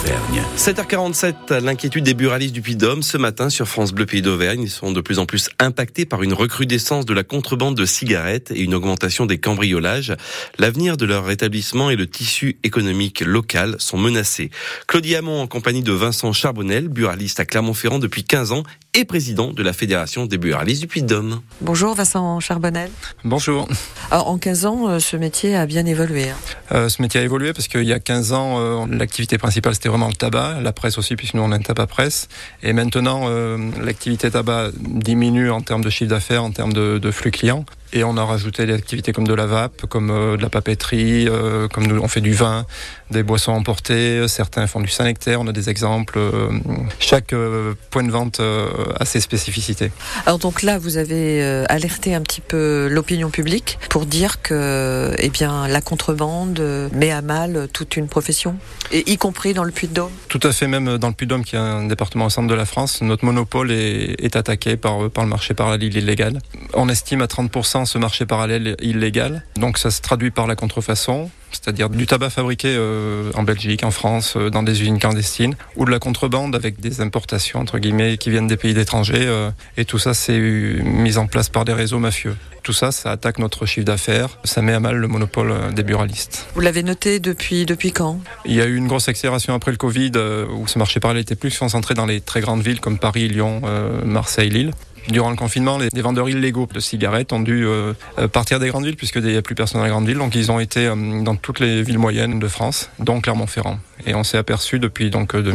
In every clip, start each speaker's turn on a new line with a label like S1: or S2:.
S1: d'Auvergne.
S2: 7h47, l'inquiétude des buralistes du Puy-de-Dôme. Ce matin, sur France Bleu Pays d'Auvergne, ils sont de plus en plus impactés par une recrudescence de la contrebande de cigarettes et une augmentation des cambriolages. L'avenir de leur établissement et le tissu économique local sont menacés. Claudie Hamon, en compagnie de Vincent Charbonnel, buraliste à Clermont-Ferrand depuis 15 ans et président de la Fédération des buralistes du Puy-de-Dôme.
S3: Bonjour Vincent Charbonnel.
S4: Bonjour.
S3: Alors, en 15 ans, ce métier a bien évolué.
S4: Ce métier a évolué parce qu'il y a 15 ans, l'activité principale c'était vraiment le tabac, la presse aussi, puisque nous on a un tabac presse. Et maintenant, l'activité tabac diminue en termes de chiffre d'affaires, en termes de flux clients. Et on a rajouté des activités comme de la vape, comme de la papeterie, comme nous on fait du vin, des boissons emportées, certains font du Saint-Nectaire, on a des exemples. Chaque point de vente a ses spécificités.
S3: Alors donc là, vous avez alerté un petit peu l'opinion publique pour dire que la contrebande met à mal toute une profession, et y compris dans le Puy-de-Dôme.
S4: Tout à fait, même dans le Puy-de-Dôme, qui est un département au centre de la France, notre monopole est attaqué par le marché parallèle illégal. On estime à 30% ce marché parallèle illégal. Donc ça se traduit par la contrefaçon, c'est-à-dire du tabac fabriqué en Belgique, en France, dans des usines clandestines, ou de la contrebande avec des importations, entre guillemets, qui viennent des pays d'étrangers. Et tout ça, c'est mis en place par des réseaux mafieux. Tout ça, ça attaque notre chiffre d'affaires, ça met à mal le monopole des buralistes.
S3: Vous l'avez noté depuis quand ?
S4: Il y a eu une grosse accélération après le Covid, où ce marché parallèle était plus concentré dans les très grandes villes comme Paris, Lyon, Marseille, Lille. Durant le confinement, les vendeurs illégaux de cigarettes ont dû partir des grandes villes, puisqu'il n'y a plus personne dans les grandes villes. Donc ils ont été dans toutes les villes moyennes de France, dont Clermont-Ferrand. Et on s'est aperçu depuis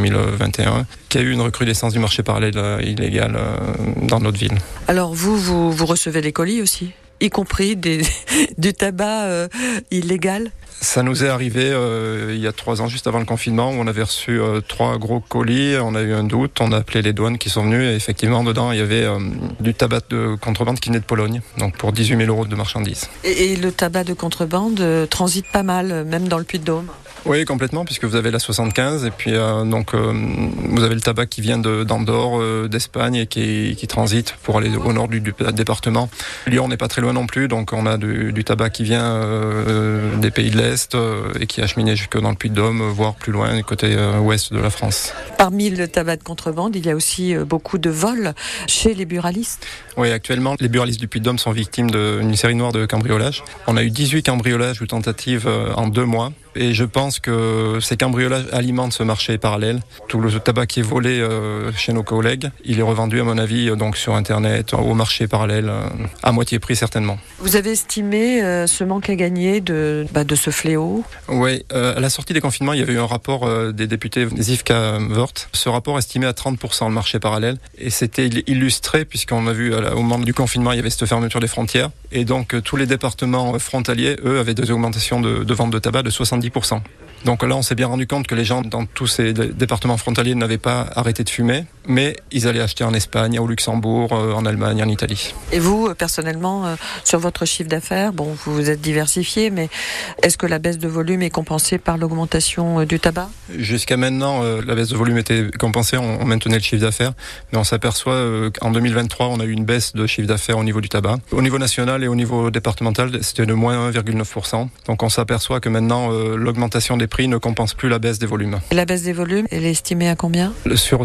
S4: 2021 qu'il y a eu une recrudescence du marché parallèle illégal dans notre ville.
S3: Alors vous recevez les colis aussi, y compris du tabac illégal ?
S4: Ça nous est arrivé il y a 3 ans, juste avant le confinement, où on avait reçu 3 gros colis, on a eu un doute, on a appelé les douanes qui sont venues, et effectivement, dedans, il y avait du tabac de contrebande qui venait de Pologne, donc pour 18 000 € de marchandises.
S3: Et le tabac de contrebande transite pas mal, même dans le Puy-de-Dôme ?
S4: Oui, complètement, puisque vous avez la 75, et puis vous avez le tabac qui vient d'Andorre, d'Espagne, et qui transite pour aller au nord du département. Lyon n'est pas très loin non plus, donc on a du tabac qui vient des pays de l'Est, et qui est acheminé jusque dans le Puy-de-Dôme, voire plus loin, du côté ouest de la France.
S3: Parmi le tabac de contrebande, il y a aussi beaucoup de vols chez les buralistes.
S4: Oui, actuellement, les buralistes du Puy-de-Dôme sont victimes d'une série noire de cambriolages. On a eu 18 cambriolages ou tentatives en 2 mois. Et je pense que ces cambriolages alimentent ce marché parallèle. Tout le tabac qui est volé chez nos collègues, il est revendu à mon avis donc sur Internet, au marché parallèle, à moitié prix certainement.
S3: Vous avez estimé ce manque à gagner de ce fléau ?
S4: Oui, à la sortie des confinements, il y avait eu un rapport des députés Zivka Vort. Ce rapport estimait à 30% le marché parallèle. Et c'était illustré puisqu'on a vu au moment du confinement, il y avait cette fermeture des frontières. Et donc tous les départements frontaliers, eux, avaient des augmentations de vente de tabac de 70%. Donc là, on s'est bien rendu compte que les gens dans tous ces départements frontaliers n'avaient pas arrêté de fumer, mais ils allaient acheter en Espagne, au Luxembourg, en Allemagne, en Italie.
S3: Et vous, personnellement, sur votre chiffre d'affaires, vous vous êtes diversifié, mais est-ce que la baisse de volume est compensée par l'augmentation du tabac ?
S4: Jusqu'à maintenant, la baisse de volume était compensée, on maintenait le chiffre d'affaires, mais on s'aperçoit qu'en 2023, on a eu une baisse de chiffre d'affaires au niveau du tabac. Au niveau national et au niveau départemental, c'était de moins 1,9%. Donc on s'aperçoit que maintenant, l'augmentation des prix ne compense plus la baisse des volumes.
S3: Et la baisse des volumes, elle est estimée à combien ?
S4: Sur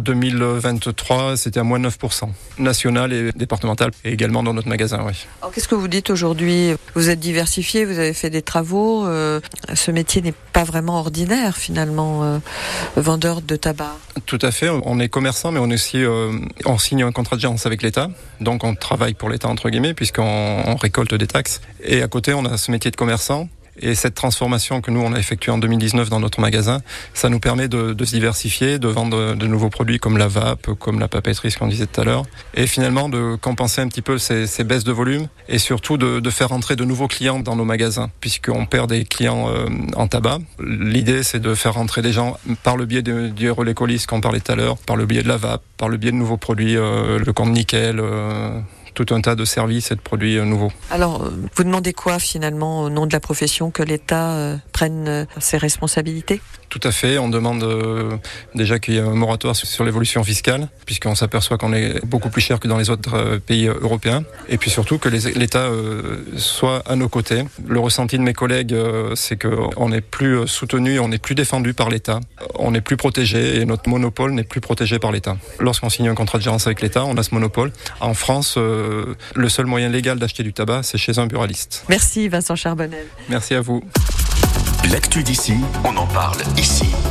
S4: 2023, c'était à moins 9%. National et départemental, et également dans notre magasin, oui.
S3: Alors qu'est-ce que vous dites aujourd'hui ? Vous êtes diversifié, vous avez fait des travaux. Ce métier n'est pas vraiment ordinaire, finalement, vendeur de tabac.
S4: Tout à fait. On est commerçant, mais on est aussi, on signe un contrat de gérance avec l'État. Donc on travaille pour l'État, entre guillemets, puisqu'on récolte des taxes. Et à côté, on a ce métier de commerçant. Et cette transformation que nous, on a effectuée en 2019 dans notre magasin, ça nous permet de se diversifier, de vendre de nouveaux produits comme la vape, comme la papeterie, ce qu'on disait tout à l'heure. Et finalement, de compenser un petit peu ces baisses de volume et surtout de faire rentrer de nouveaux clients dans nos magasins, puisqu'on perd des clients en tabac. L'idée, c'est de faire rentrer des gens par le biais du relais colis qu'on parlait tout à l'heure, par le biais de la vape, par le biais de nouveaux produits, le compte nickel, tout un tas de services et de produits nouveaux.
S3: Alors, vous demandez quoi finalement au nom de la profession, que l'État prenne ses responsabilités ?
S4: Tout à fait. On demande déjà qu'il y ait un moratoire sur l'évolution fiscale, puisqu'on s'aperçoit qu'on est beaucoup plus cher que dans les autres pays européens. Et puis surtout que l'État soit à nos côtés. Le ressenti de mes collègues, c'est qu'on n'est plus soutenu, on n'est plus défendu par l'État. On n'est plus protégé et notre monopole n'est plus protégé par l'État. Lorsqu'on signe un contrat de gérance avec l'État, on a ce monopole. En France, le seul moyen légal d'acheter du tabac, c'est chez un buraliste.
S3: Merci Vincent Charbonnel.
S4: Merci à vous.
S1: L'actu d'ici, on en parle ici.